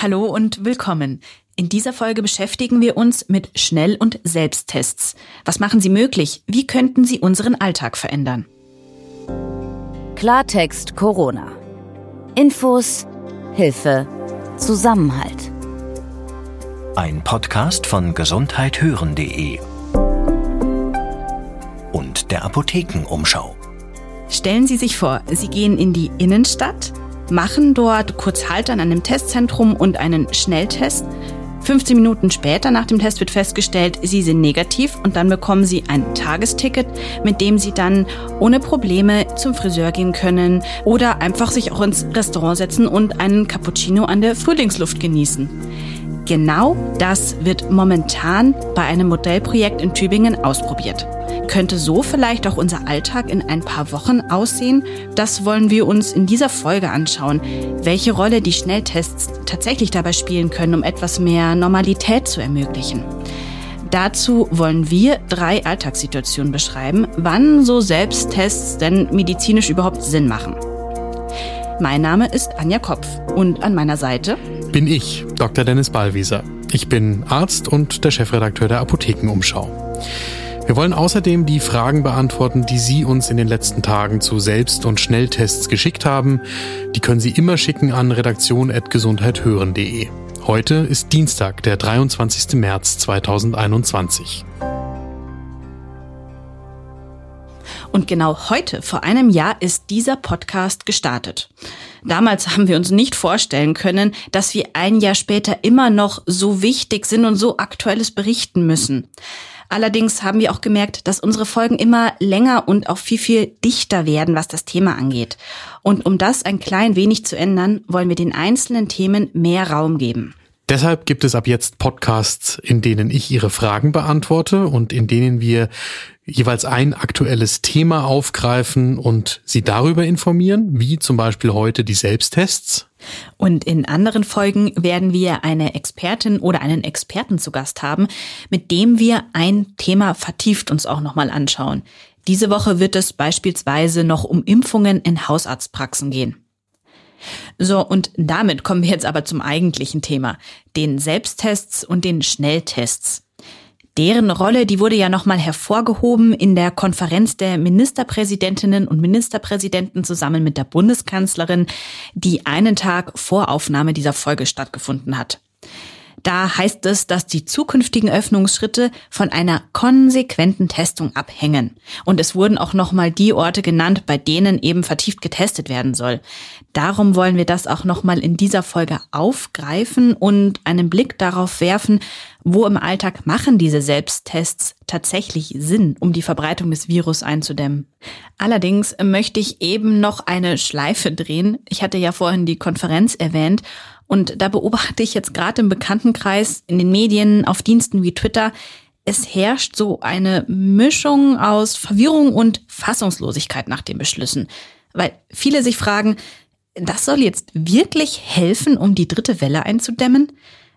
Hallo und willkommen. In dieser Folge beschäftigen wir uns mit Schnell- und Selbsttests. Was machen sie möglich? Wie könnten sie unseren Alltag verändern? Klartext Corona. Infos, Hilfe, Zusammenhalt. Ein Podcast von gesundheithören.de und der Apothekenumschau. Stellen Sie sich vor, Sie gehen in die Innenstadt, machen dort kurz Halt an einem Testzentrum und einen Schnelltest. 15 Minuten später nach dem Test wird festgestellt, Sie sind negativ und dann bekommen Sie ein Tagesticket, mit dem Sie dann ohne Probleme zum Friseur gehen können oder einfach sich auch ins Restaurant setzen und einen Cappuccino an der Frühlingsluft genießen. Genau das wird momentan bei einem Modellprojekt in Tübingen ausprobiert. Könnte so vielleicht auch unser Alltag in ein paar Wochen aussehen? Das wollen wir uns in dieser Folge anschauen. Welche Rolle die Schnelltests tatsächlich dabei spielen können, um etwas mehr Normalität zu ermöglichen. Dazu wollen wir 3 Alltagssituationen beschreiben, wann so Selbsttests denn medizinisch überhaupt Sinn machen. Mein Name ist Anja Kopf und an meiner Seite bin ich, Dr. Dennis Ballwieser. Ich bin Arzt und der Chefredakteur der Apothekenumschau. Wir wollen außerdem die Fragen beantworten, die Sie uns in den letzten Tagen zu Selbst- und Schnelltests geschickt haben. Die können Sie immer schicken an redaktion@gesundheithören.de. Heute ist Dienstag, der 23. März 2021. Und genau heute, vor einem Jahr, ist dieser Podcast gestartet. Damals haben wir uns nicht vorstellen können, dass wir ein Jahr später immer noch so wichtig sind und so Aktuelles berichten müssen. Allerdings haben wir auch gemerkt, dass unsere Folgen immer länger und auch viel dichter werden, was das Thema angeht. Und um das ein klein wenig zu ändern, wollen wir den einzelnen Themen mehr Raum geben. Deshalb gibt es ab jetzt Podcasts, in denen ich Ihre Fragen beantworte und in denen wir jeweils ein aktuelles Thema aufgreifen und Sie darüber informieren, wie zum Beispiel heute die Selbsttests. Und in anderen Folgen werden wir eine Expertin oder einen Experten zu Gast haben, mit dem wir ein Thema vertieft uns auch nochmal anschauen. Diese Woche wird es beispielsweise noch um Impfungen in Hausarztpraxen gehen. So, und damit kommen wir jetzt aber zum eigentlichen Thema, den Selbsttests und den Schnelltests. Deren Rolle, die wurde ja nochmal hervorgehoben in der Konferenz der Ministerpräsidentinnen und Ministerpräsidenten zusammen mit der Bundeskanzlerin, die einen Tag vor Aufnahme dieser Folge stattgefunden hat. Da heißt es, dass die zukünftigen Öffnungsschritte von einer konsequenten Testung abhängen. Und es wurden auch nochmal die Orte genannt, bei denen eben vertieft getestet werden soll. Darum wollen wir das auch nochmal in dieser Folge aufgreifen und einen Blick darauf werfen, wo im Alltag machen diese Selbsttests tatsächlich Sinn, um die Verbreitung des Virus einzudämmen. Allerdings möchte ich eben noch eine Schleife drehen. Ich hatte ja vorhin die Konferenz erwähnt. Und da beobachte ich jetzt gerade im Bekanntenkreis, in den Medien, auf Diensten wie Twitter, es herrscht so eine Mischung aus Verwirrung und Fassungslosigkeit nach den Beschlüssen. Weil viele sich fragen, das soll jetzt wirklich helfen, um die 3. Welle einzudämmen?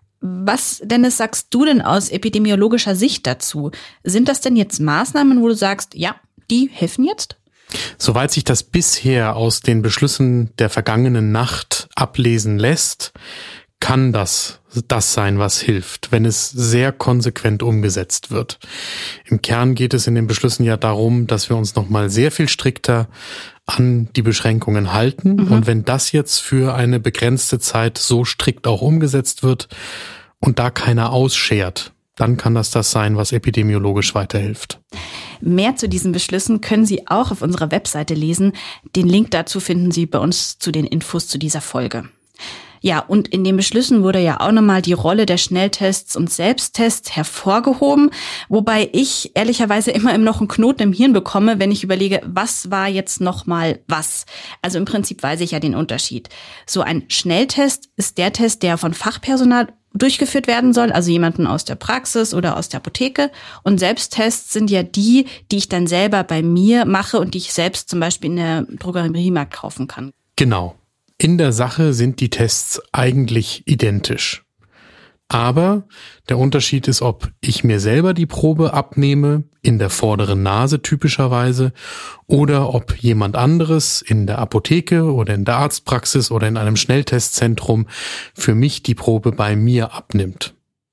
Was, Dennis, sagst du denn aus epidemiologischer Sicht dazu? Sind das denn jetzt Maßnahmen, wo du sagst, ja, die helfen jetzt? Soweit sich das bisher aus den Beschlüssen der vergangenen Nacht ablesen lässt, kann das sein, was hilft, wenn es sehr konsequent umgesetzt wird. Im Kern geht es in den Beschlüssen ja darum, dass wir uns nochmal sehr viel strikter an die Beschränkungen halten. Und wenn das jetzt für eine begrenzte Zeit so strikt auch umgesetzt wird und da keiner ausschert, dann kann das sein, was epidemiologisch weiterhilft. Mehr zu diesen Beschlüssen können Sie auch auf unserer Webseite lesen. Den Link dazu finden Sie bei uns zu den Infos zu dieser Folge. Ja, und in den Beschlüssen wurde ja auch nochmal die Rolle der Schnelltests und Selbsttests hervorgehoben, wobei ich ehrlicherweise immer noch einen Knoten im Hirn bekomme, wenn ich überlege, was war jetzt nochmal was. Also im Prinzip weiß ich ja den Unterschied. So ein Schnelltest ist der Test, der von Fachpersonal durchgeführt werden soll, also jemanden aus der Praxis oder aus der Apotheke. Und Selbsttests sind ja die ich dann selber bei mir mache und die ich selbst zum Beispiel in der Drogeriemarkt kaufen kann. Genau. In der Sache sind die Tests eigentlich identisch. Aber der Unterschied ist, ob ich mir selber die Probe abnehme, in der vorderen Nase typischerweise, oder ob jemand anderes in der Apotheke oder in der Arztpraxis oder in einem Schnelltestzentrum für mich die Probe bei mir abnimmt.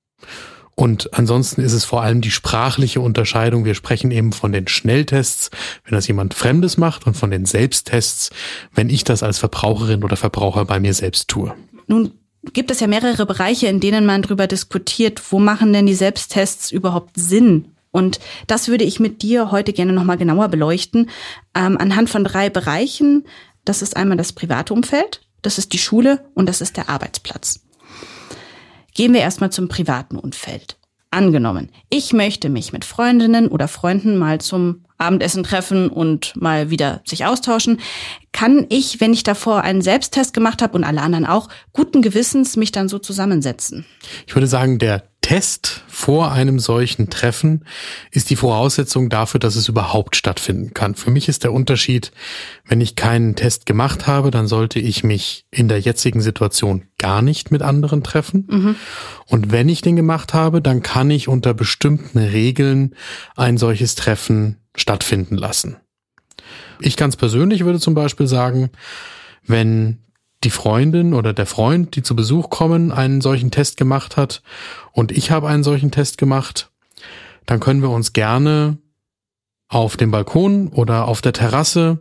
Und ansonsten ist es vor allem die sprachliche Unterscheidung. Wir sprechen eben von den Schnelltests, wenn das jemand Fremdes macht, und von den Selbsttests, wenn ich das als Verbraucherin oder Verbraucher bei mir selbst tue. Nun gibt es ja mehrere Bereiche, in denen man darüber diskutiert, wo machen denn die Selbsttests überhaupt Sinn? Und das würde ich mit dir heute gerne nochmal genauer beleuchten, anhand von 3 Bereichen. Das ist einmal das private Umfeld, das ist die Schule und das ist der Arbeitsplatz. Gehen wir erstmal zum privaten Umfeld. Angenommen, ich möchte mich mit Freundinnen oder Freunden mal zum Abendessen treffen und mal wieder sich austauschen. Kann ich, wenn ich davor einen Selbsttest gemacht habe und alle anderen auch, guten Gewissens mich dann so zusammensetzen? Ich würde sagen, der Test vor einem solchen Treffen ist die Voraussetzung dafür, dass es überhaupt stattfinden kann. Für mich ist der Unterschied, wenn ich keinen Test gemacht habe, dann sollte ich mich in der jetzigen Situation gar nicht mit anderen treffen. Mhm. Und wenn ich den gemacht habe, dann kann ich unter bestimmten Regeln ein solches Treffen stattfinden lassen. Ich ganz persönlich würde zum Beispiel sagen, wenn die Freundin oder der Freund, die zu Besuch kommen, einen solchen Test gemacht hat und ich habe einen solchen Test gemacht, dann können wir uns gerne auf dem Balkon oder auf der Terrasse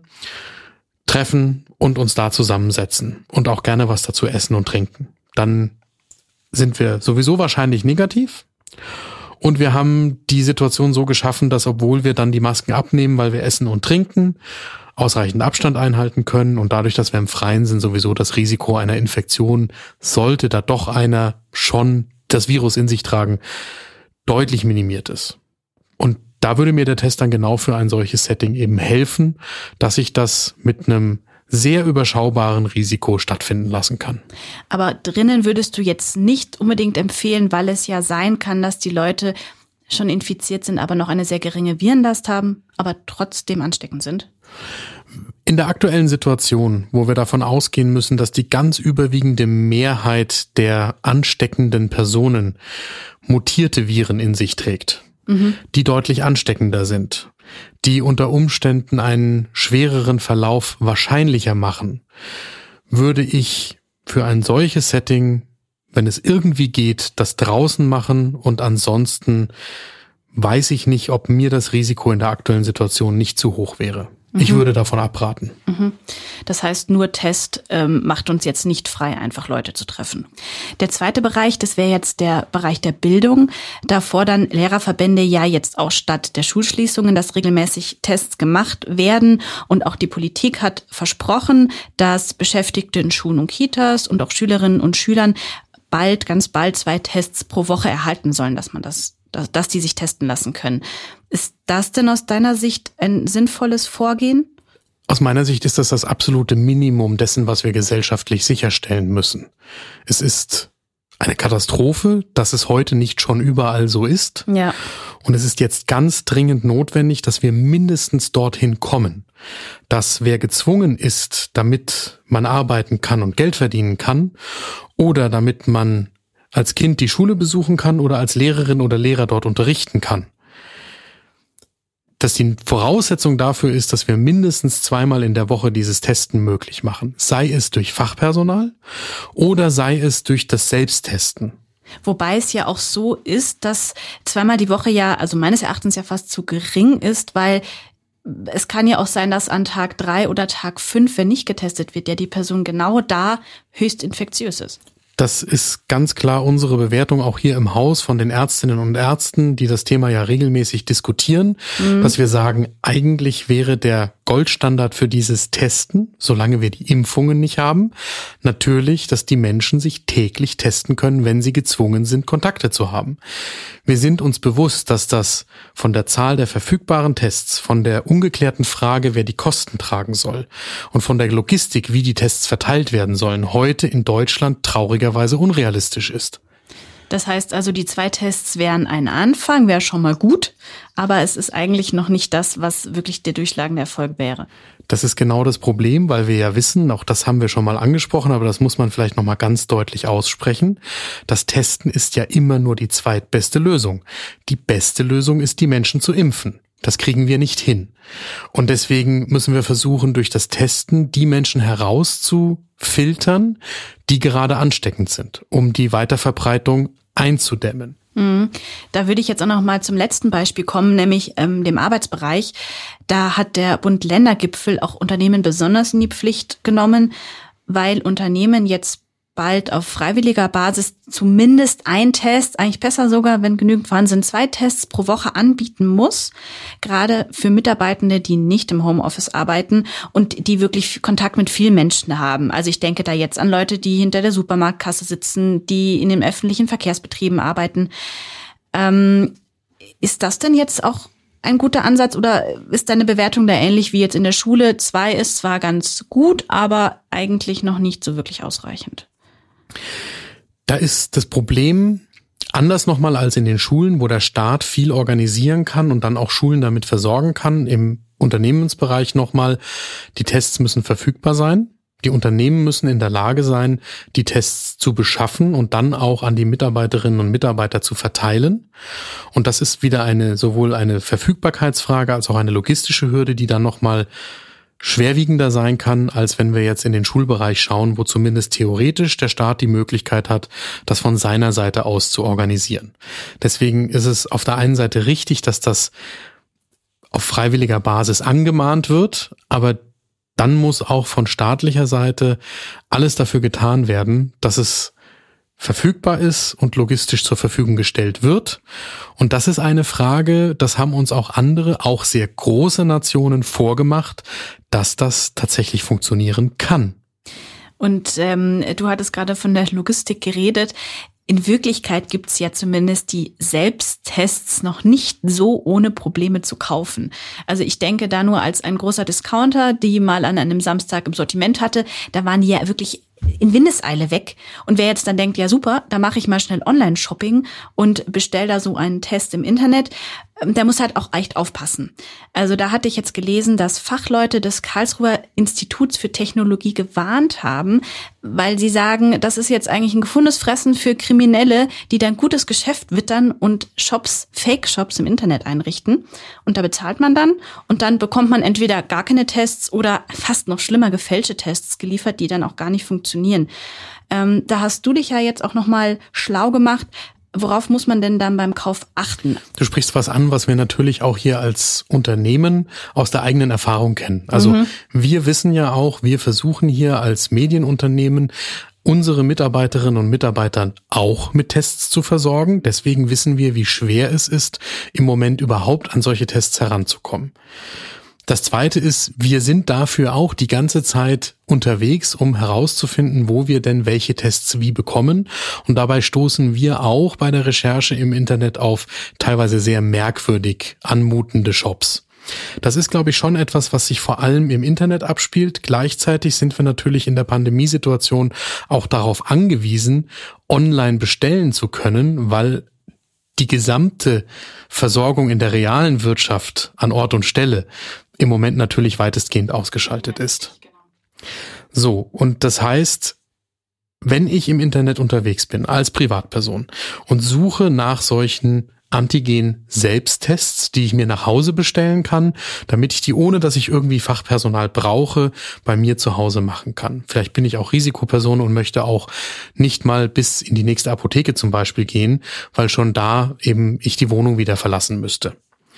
treffen und uns da zusammensetzen und auch gerne was dazu essen und trinken. Dann sind wir sowieso wahrscheinlich negativ. Und wir haben die Situation so geschaffen, dass, obwohl wir dann die Masken abnehmen, weil wir essen und trinken, ausreichend Abstand einhalten können und dadurch, dass wir im Freien sind, sowieso das Risiko einer Infektion, sollte da doch einer schon das Virus in sich tragen, deutlich minimiert ist. Und da würde mir der Test dann genau für ein solches Setting eben helfen, dass ich das mit einem sehr überschaubaren Risiko stattfinden lassen kann. Aber drinnen würdest du jetzt nicht unbedingt empfehlen, weil es ja sein kann, dass die Leute schon infiziert sind, aber noch eine sehr geringe Virenlast haben, aber trotzdem ansteckend sind? In der aktuellen Situation, wo wir davon ausgehen müssen, dass die ganz überwiegende Mehrheit der ansteckenden Personen mutierte Viren in sich trägt, die deutlich ansteckender sind, die unter Umständen einen schwereren Verlauf wahrscheinlicher machen, würde ich für ein solches Setting, wenn es irgendwie geht, das draußen machen, und ansonsten weiß ich nicht, ob mir das Risiko in der aktuellen Situation nicht zu hoch wäre. Ich würde davon abraten. Das heißt, nur Test macht uns jetzt nicht frei, einfach Leute zu treffen. Der zweite Bereich, das wäre jetzt der Bereich der Bildung. Da fordern Lehrerverbände ja jetzt auch statt der Schulschließungen, dass regelmäßig Tests gemacht werden. Und auch die Politik hat versprochen, dass Beschäftigte in Schulen und Kitas und auch Schülerinnen und Schülern ganz bald 2 Tests pro Woche erhalten sollen, dass die sich testen lassen können. Ist das denn aus deiner Sicht ein sinnvolles Vorgehen? Aus meiner Sicht ist das absolute Minimum dessen, was wir gesellschaftlich sicherstellen müssen. Es ist eine Katastrophe, dass es heute nicht schon überall so ist. Ja. Und es ist jetzt ganz dringend notwendig, dass wir mindestens dorthin kommen, dass wer gezwungen ist, damit man arbeiten kann und Geld verdienen kann, oder damit man als Kind die Schule besuchen kann oder als Lehrerin oder Lehrer dort unterrichten kann, dass die Voraussetzung dafür ist, dass wir mindestens 2-mal in der Woche dieses Testen möglich machen. Sei es durch Fachpersonal oder sei es durch das Selbsttesten. Wobei es ja auch so ist, dass 2-mal die Woche ja, also meines Erachtens ja fast zu gering ist, weil es kann ja auch sein, dass an Tag 3 oder Tag 5, wenn nicht getestet wird, ja die Person genau da höchst infektiös ist. Das ist ganz klar unsere Bewertung auch hier im Haus von den Ärztinnen und Ärzten, die das Thema ja regelmäßig diskutieren, dass wir sagen, eigentlich wäre der Goldstandard für dieses Testen, solange wir die Impfungen nicht haben, natürlich, dass die Menschen sich täglich testen können, wenn sie gezwungen sind, Kontakte zu haben. Wir sind uns bewusst, dass das von der Zahl der verfügbaren Tests, von der ungeklärten Frage, wer die Kosten tragen soll, und von der Logistik, wie die Tests verteilt werden sollen, heute in Deutschland traurigerweise unrealistisch ist. Das heißt also, die 2 Tests wären ein Anfang, wäre schon mal gut, aber es ist eigentlich noch nicht das, was wirklich der durchschlagende Erfolg wäre. Das ist genau das Problem, weil wir ja wissen, auch das haben wir schon mal angesprochen, aber das muss man vielleicht noch mal ganz deutlich aussprechen. Das Testen ist ja immer nur die zweitbeste Lösung. Die beste Lösung ist, die Menschen zu impfen. Das kriegen wir nicht hin. Und deswegen müssen wir versuchen, durch das Testen die Menschen herauszufiltern, die gerade ansteckend sind, um die Weiterverbreitung einzudämmen. Da würde ich jetzt auch noch mal zum letzten Beispiel kommen, nämlich dem Arbeitsbereich. Da hat der Bund-Länder-Gipfel auch Unternehmen besonders in die Pflicht genommen, weil Unternehmen jetzt bald auf freiwilliger Basis zumindest ein Test, eigentlich besser sogar, wenn genügend vorhanden sind, 2 Tests pro Woche anbieten muss, gerade für Mitarbeitende, die nicht im Homeoffice arbeiten und die wirklich Kontakt mit vielen Menschen haben. Also ich denke da jetzt an Leute, die hinter der Supermarktkasse sitzen, die in den öffentlichen Verkehrsbetrieben arbeiten. Ist das denn jetzt auch ein guter Ansatz oder ist deine Bewertung da ähnlich wie jetzt in der Schule? 2 ist zwar ganz gut, aber eigentlich noch nicht so wirklich ausreichend. Da ist das Problem anders nochmal als in den Schulen, wo der Staat viel organisieren kann und dann auch Schulen damit versorgen kann. Im Unternehmensbereich nochmal, die Tests müssen verfügbar sein. Die Unternehmen müssen in der Lage sein, die Tests zu beschaffen und dann auch an die Mitarbeiterinnen und Mitarbeiter zu verteilen. Und das ist wieder sowohl eine Verfügbarkeitsfrage als auch eine logistische Hürde, die dann nochmal schwerwiegender sein kann, als wenn wir jetzt in den Schulbereich schauen, wo zumindest theoretisch der Staat die Möglichkeit hat, das von seiner Seite aus zu organisieren. Deswegen ist es auf der einen Seite richtig, dass das auf freiwilliger Basis angemahnt wird, aber dann muss auch von staatlicher Seite alles dafür getan werden, dass es verfügbar ist und logistisch zur Verfügung gestellt wird. Und das ist eine Frage, das haben uns auch andere, auch sehr große Nationen vorgemacht, dass das tatsächlich funktionieren kann. Und du hattest gerade von der Logistik geredet. In Wirklichkeit gibt's ja zumindest die Selbsttests noch nicht so ohne Probleme zu kaufen. Also ich denke da nur als ein großer Discounter, die mal an einem Samstag im Sortiment hatte, da waren die ja wirklich in Windeseile weg. Und wer jetzt dann denkt, ja super, da mache ich mal schnell Online-Shopping und bestelle da so einen Test im Internet, der muss halt auch echt aufpassen. Also da hatte ich jetzt gelesen, dass Fachleute des Karlsruher Instituts für Technologie gewarnt haben, weil sie sagen, das ist jetzt eigentlich ein gefundenes Fressen für Kriminelle, die dann gutes Geschäft wittern und Fake-Shops im Internet einrichten. Und da bezahlt man dann und dann bekommt man entweder gar keine Tests oder fast noch schlimmer gefälschte Tests geliefert, die dann auch gar nicht funktionieren. Da hast du dich ja jetzt auch nochmal schlau gemacht. Worauf muss man denn dann beim Kauf achten? Du sprichst was an, was wir natürlich auch hier als Unternehmen aus der eigenen Erfahrung kennen. Also wir wissen ja auch, wir versuchen hier als Medienunternehmen unsere Mitarbeiterinnen und Mitarbeitern auch mit Tests zu versorgen. Deswegen wissen wir, wie schwer es ist, im Moment überhaupt an solche Tests heranzukommen. Das Zweite ist, wir sind dafür auch die ganze Zeit unterwegs, um herauszufinden, wo wir denn welche Tests wie bekommen. Und dabei stoßen wir auch bei der Recherche im Internet auf teilweise sehr merkwürdig anmutende Shops. Das ist, glaube ich, schon etwas, was sich vor allem im Internet abspielt. Gleichzeitig sind wir natürlich in der Pandemiesituation auch darauf angewiesen, online bestellen zu können, weil die gesamte Versorgung in der realen Wirtschaft an Ort und Stelle im Moment natürlich weitestgehend ausgeschaltet ist. So, und das heißt, wenn ich im Internet unterwegs bin als Privatperson und suche nach solchen Antigen-Selbsttests, die ich mir nach Hause bestellen kann, damit ich die, ohne dass ich irgendwie Fachpersonal brauche, bei mir zu Hause machen kann. Vielleicht bin ich auch Risikoperson und möchte auch nicht mal bis in die nächste Apotheke zum Beispiel gehen, weil schon da eben ich die Wohnung wieder verlassen müsste.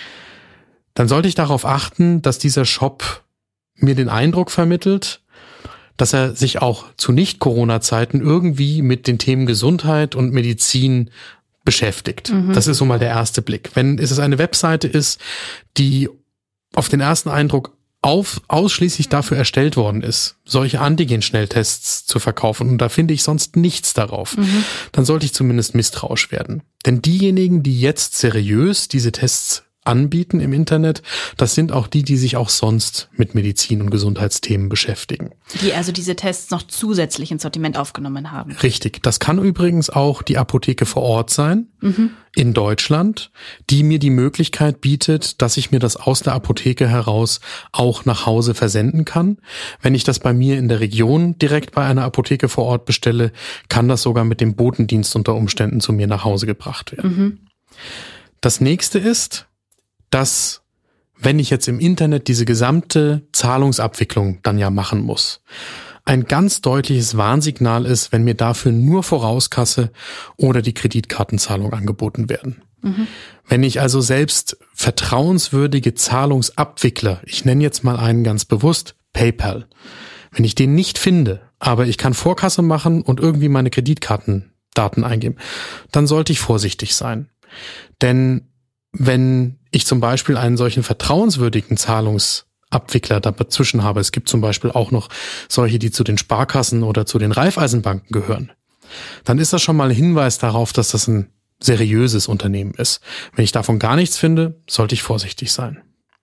Dann sollte ich darauf achten, dass dieser Shop mir den Eindruck vermittelt, dass er sich auch zu Nicht-Corona-Zeiten irgendwie mit den Themen Gesundheit und Medizin beschäftigt. Das ist so mal der erste Blick. Wenn es eine Webseite ist, die auf den ersten Eindruck ausschließlich dafür erstellt worden ist, solche Antigen-Schnelltests zu verkaufen, und da finde ich sonst nichts darauf, dann sollte ich zumindest misstrauisch werden. Denn diejenigen, die jetzt seriös diese Tests anbieten im Internet. Das sind auch die sich auch sonst mit Medizin- und Gesundheitsthemen beschäftigen. Die also diese Tests noch zusätzlich ins Sortiment aufgenommen haben. Richtig. Das kann übrigens auch die Apotheke vor Ort sein, in Deutschland, die mir die Möglichkeit bietet, dass ich mir das aus der Apotheke heraus auch nach Hause versenden kann. Wenn ich das bei mir in der Region direkt bei einer Apotheke vor Ort bestelle, kann das sogar mit dem Botendienst unter Umständen zu mir nach Hause gebracht werden. Das nächste ist, dass, wenn ich jetzt im Internet diese gesamte Zahlungsabwicklung dann ja machen muss, ein ganz deutliches Warnsignal ist, wenn mir dafür nur Vorauskasse oder die Kreditkartenzahlung angeboten werden. Wenn ich also selbst vertrauenswürdige Zahlungsabwickler, ich nenne jetzt mal einen ganz bewusst, PayPal, wenn ich den nicht finde, aber ich kann Vorkasse machen und irgendwie meine Kreditkartendaten eingeben, dann sollte ich vorsichtig sein. Denn wenn ich zum Beispiel einen solchen vertrauenswürdigen Zahlungsabwickler dazwischen habe, es gibt zum Beispiel auch noch solche, die zu den Sparkassen oder zu den Raiffeisenbanken gehören, dann ist das schon mal ein Hinweis darauf, dass das ein seriöses Unternehmen ist. Wenn ich davon gar nichts finde, sollte ich vorsichtig sein.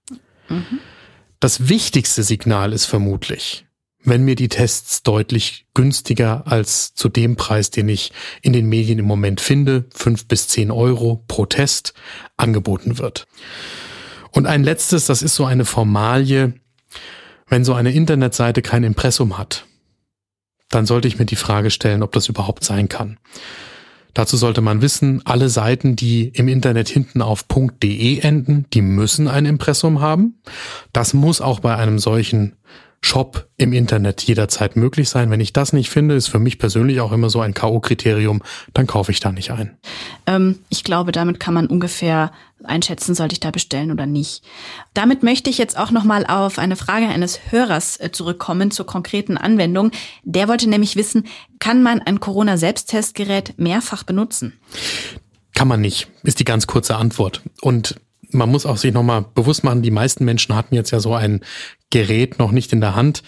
Das wichtigste Signal ist vermutlich, wenn mir die Tests deutlich günstiger als zu dem Preis, den ich in den Medien im Moment finde, 5 bis 10 Euro pro Test, angeboten wird. Und ein letztes, das ist so eine Formalie, wenn so eine Internetseite kein Impressum hat, dann sollte ich mir die Frage stellen, ob das überhaupt sein kann. Dazu sollte man wissen, alle Seiten, die im Internet hinten auf .de enden, die müssen ein Impressum haben. Das muss auch bei einem solchen Shop im Internet jederzeit möglich sein. Wenn ich das nicht finde, ist für mich persönlich auch immer so ein K.O.-Kriterium, dann kaufe ich da nicht ein. Ich glaube, damit kann man ungefähr einschätzen, sollte ich da bestellen oder nicht. Damit möchte ich jetzt auch nochmal auf eine Frage eines Hörers zurückkommen zur konkreten Anwendung. Der wollte nämlich wissen, kann man ein Corona-Selbsttestgerät mehrfach benutzen? Kann man nicht, ist die ganz kurze Antwort. Und man muss auch sich nochmal bewusst machen, die meisten Menschen hatten jetzt ja so ein Gerät noch nicht in der Hand.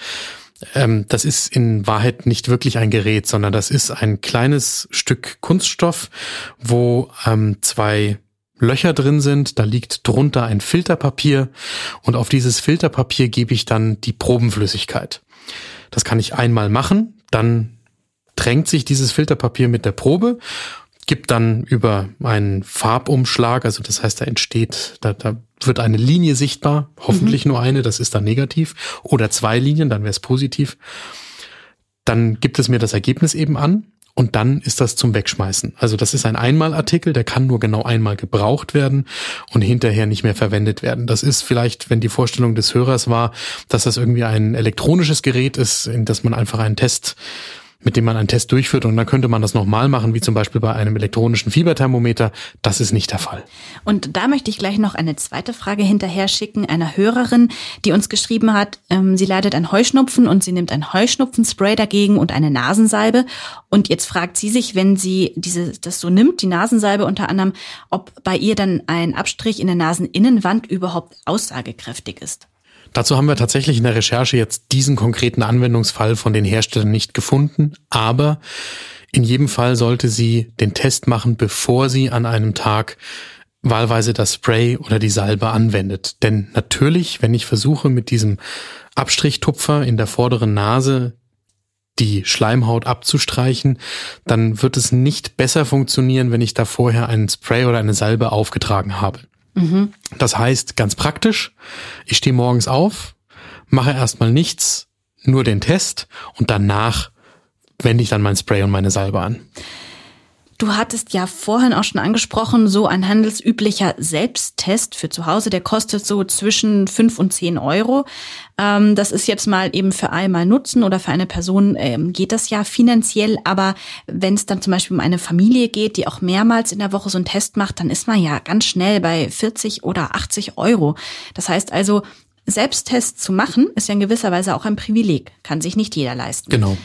Das ist in Wahrheit nicht wirklich ein Gerät, sondern das ist ein kleines Stück Kunststoff, wo 2 Löcher drin sind. Da liegt drunter ein Filterpapier und auf dieses Filterpapier gebe ich dann die Probenflüssigkeit. Das kann ich einmal machen, dann tränkt sich dieses Filterpapier mit der Probe, gibt dann über einen Farbumschlag, also das heißt, da entsteht, da wird eine Linie sichtbar, hoffentlich nur eine, das ist dann negativ, oder 2 Linien, dann wäre es positiv. Dann gibt es mir das Ergebnis eben an und dann ist das zum Wegschmeißen. Also das ist ein Einmalartikel, der kann nur genau einmal gebraucht werden und hinterher nicht mehr verwendet werden. Das ist vielleicht, wenn die Vorstellung des Hörers war, dass das irgendwie ein elektronisches Gerät ist, in das man einfach mit dem man einen Test durchführt und dann könnte man das nochmal machen, wie zum Beispiel bei einem elektronischen Fieberthermometer. Das ist nicht der Fall. Und da möchte ich gleich noch eine zweite Frage hinterher schicken, einer Hörerin, die uns geschrieben hat, sie leidet an Heuschnupfen und sie nimmt ein Heuschnupfenspray dagegen und eine Nasensalbe. Und jetzt fragt sie sich, wenn sie das so nimmt, die Nasensalbe unter anderem, ob bei ihr dann ein Abstrich in der Naseninnenwand überhaupt aussagekräftig ist. Dazu haben wir tatsächlich in der Recherche jetzt diesen konkreten Anwendungsfall von den Herstellern nicht gefunden, aber in jedem Fall sollte sie den Test machen, bevor sie an einem Tag wahlweise das Spray oder die Salbe anwendet. Denn natürlich, wenn ich versuche, mit diesem Abstrichtupfer in der vorderen Nase die Schleimhaut abzustreichen, dann wird es nicht besser funktionieren, wenn ich da vorher einen Spray oder eine Salbe aufgetragen habe. Das heißt, ganz praktisch, ich stehe morgens auf, mache erstmal nichts, nur den Test und danach wende ich dann mein Spray und meine Salbe an. Du hattest ja vorhin auch schon angesprochen, so ein handelsüblicher Selbsttest für zu Hause, der kostet so zwischen 5 und 10 Euro. Das ist jetzt mal eben für einmal Nutzen oder für eine Person geht das ja finanziell. Aber wenn es dann zum Beispiel um eine Familie geht, die auch mehrmals in der Woche so einen Test macht, dann ist man ja ganz schnell bei 40 oder 80 Euro. Das heißt also, Selbsttests zu machen, ist ja in gewisser Weise auch ein Privileg. Kann sich nicht jeder leisten. Genau.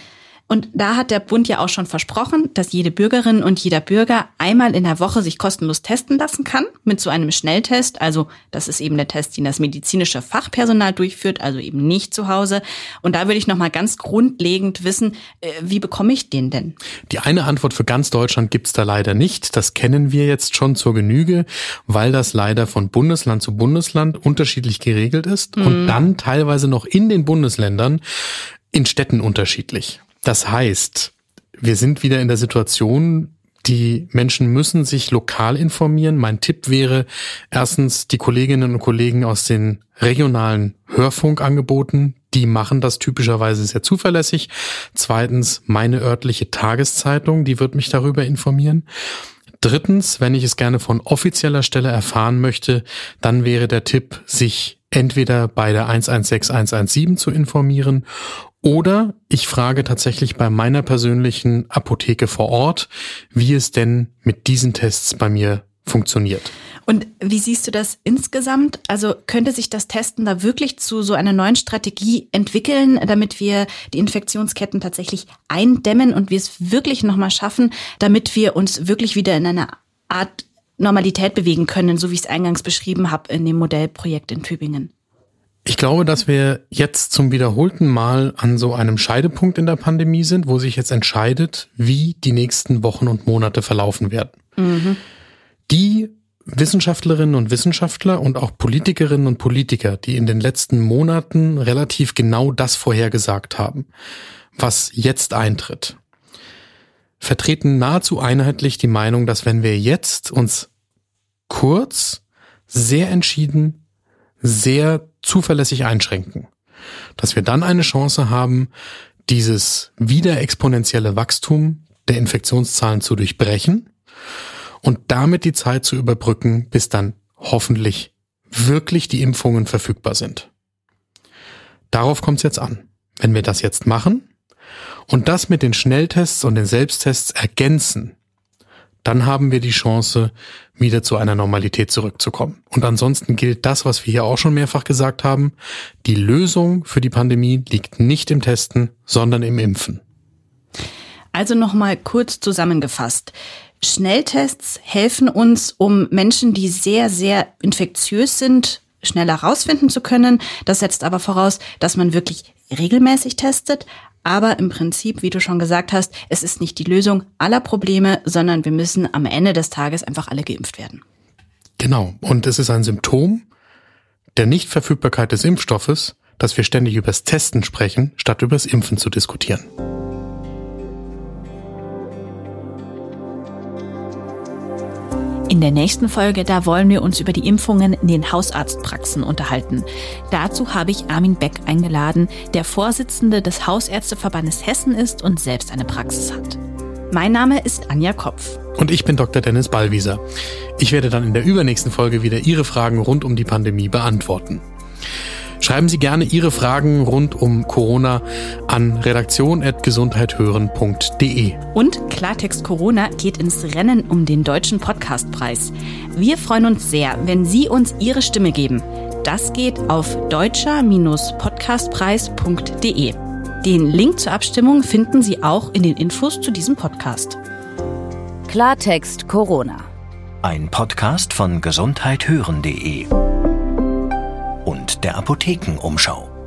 Und da hat der Bund ja auch schon versprochen, dass jede Bürgerin und jeder Bürger einmal in der Woche sich kostenlos testen lassen kann mit so einem Schnelltest. Also das ist eben der Test, den das medizinische Fachpersonal durchführt, also eben nicht zu Hause. Und da würde ich noch mal ganz grundlegend wissen, wie bekomme ich den denn? Die eine Antwort für ganz Deutschland gibt's da leider nicht. Das kennen wir jetzt schon zur Genüge, weil das leider von Bundesland zu Bundesland unterschiedlich geregelt ist und dann teilweise noch in den Bundesländern in Städten unterschiedlich. Das heißt, wir sind wieder in der Situation, die Menschen müssen sich lokal informieren. Mein Tipp wäre erstens die Kolleginnen und Kollegen aus den regionalen Hörfunkangeboten, die machen das typischerweise sehr zuverlässig. Zweitens meine örtliche Tageszeitung, die wird mich darüber informieren. Drittens, wenn ich es gerne von offizieller Stelle erfahren möchte, dann wäre der Tipp, sich entweder bei der 116 117 zu informieren oder ich frage tatsächlich bei meiner persönlichen Apotheke vor Ort, wie es denn mit diesen Tests bei mir funktioniert. Und wie siehst du das insgesamt? Also könnte sich das Testen da wirklich zu so einer neuen Strategie entwickeln, damit wir die Infektionsketten tatsächlich eindämmen und wir es wirklich nochmal schaffen, damit wir uns wirklich wieder in eine Art Normalität bewegen können, so wie ich es eingangs beschrieben habe in dem Modellprojekt in Tübingen? Ich glaube, dass wir jetzt zum wiederholten Mal an so einem Scheidepunkt in der Pandemie sind, wo sich jetzt entscheidet, wie die nächsten Wochen und Monate verlaufen werden. Die Wissenschaftlerinnen und Wissenschaftler und auch Politikerinnen und Politiker, die in den letzten Monaten relativ genau das vorhergesagt haben, was jetzt eintritt, vertreten nahezu einheitlich die Meinung, dass wenn wir jetzt uns kurz, sehr entschieden, sehr zuverlässig einschränken, dass wir dann eine Chance haben, dieses wieder exponentielle Wachstum der Infektionszahlen zu durchbrechen und damit die Zeit zu überbrücken, bis dann hoffentlich wirklich die Impfungen verfügbar sind. Darauf kommt es jetzt an. Wenn wir das jetzt machen und das mit den Schnelltests und den Selbsttests ergänzen, dann haben wir die Chance, wieder zu einer Normalität zurückzukommen. Und ansonsten gilt das, was wir hier auch schon mehrfach gesagt haben, die Lösung für die Pandemie liegt nicht im Testen, sondern im Impfen. Also nochmal kurz zusammengefasst. Schnelltests helfen uns, um Menschen, die sehr, sehr infektiös sind, schneller rausfinden zu können. Das setzt aber voraus, dass man wirklich regelmäßig testet. Aber im Prinzip, wie du schon gesagt hast, es ist nicht die Lösung aller Probleme, sondern wir müssen am Ende des Tages einfach alle geimpft werden. Genau. Und es ist ein Symptom der Nichtverfügbarkeit des Impfstoffes, dass wir ständig übers Testen sprechen, statt übers Impfen zu diskutieren. In der nächsten Folge, da wollen wir uns über die Impfungen in den Hausarztpraxen unterhalten. Dazu habe ich Armin Beck eingeladen, der Vorsitzende des Hausärzteverbandes Hessen ist und selbst eine Praxis hat. Mein Name ist Anja Kopf. Und ich bin Dr. Dennis Ballwieser. Ich werde dann in der übernächsten Folge wieder Ihre Fragen rund um die Pandemie beantworten. Schreiben Sie gerne Ihre Fragen rund um Corona an redaktion@gesundheithören.de. Und Klartext Corona geht ins Rennen um den Deutschen Podcastpreis. Wir freuen uns sehr, wenn Sie uns Ihre Stimme geben. Das geht auf deutscher-podcastpreis.de. Den Link zur Abstimmung finden Sie auch in den Infos zu diesem Podcast. Klartext Corona. Ein Podcast von gesundheithören.de und der Apothekenumschau.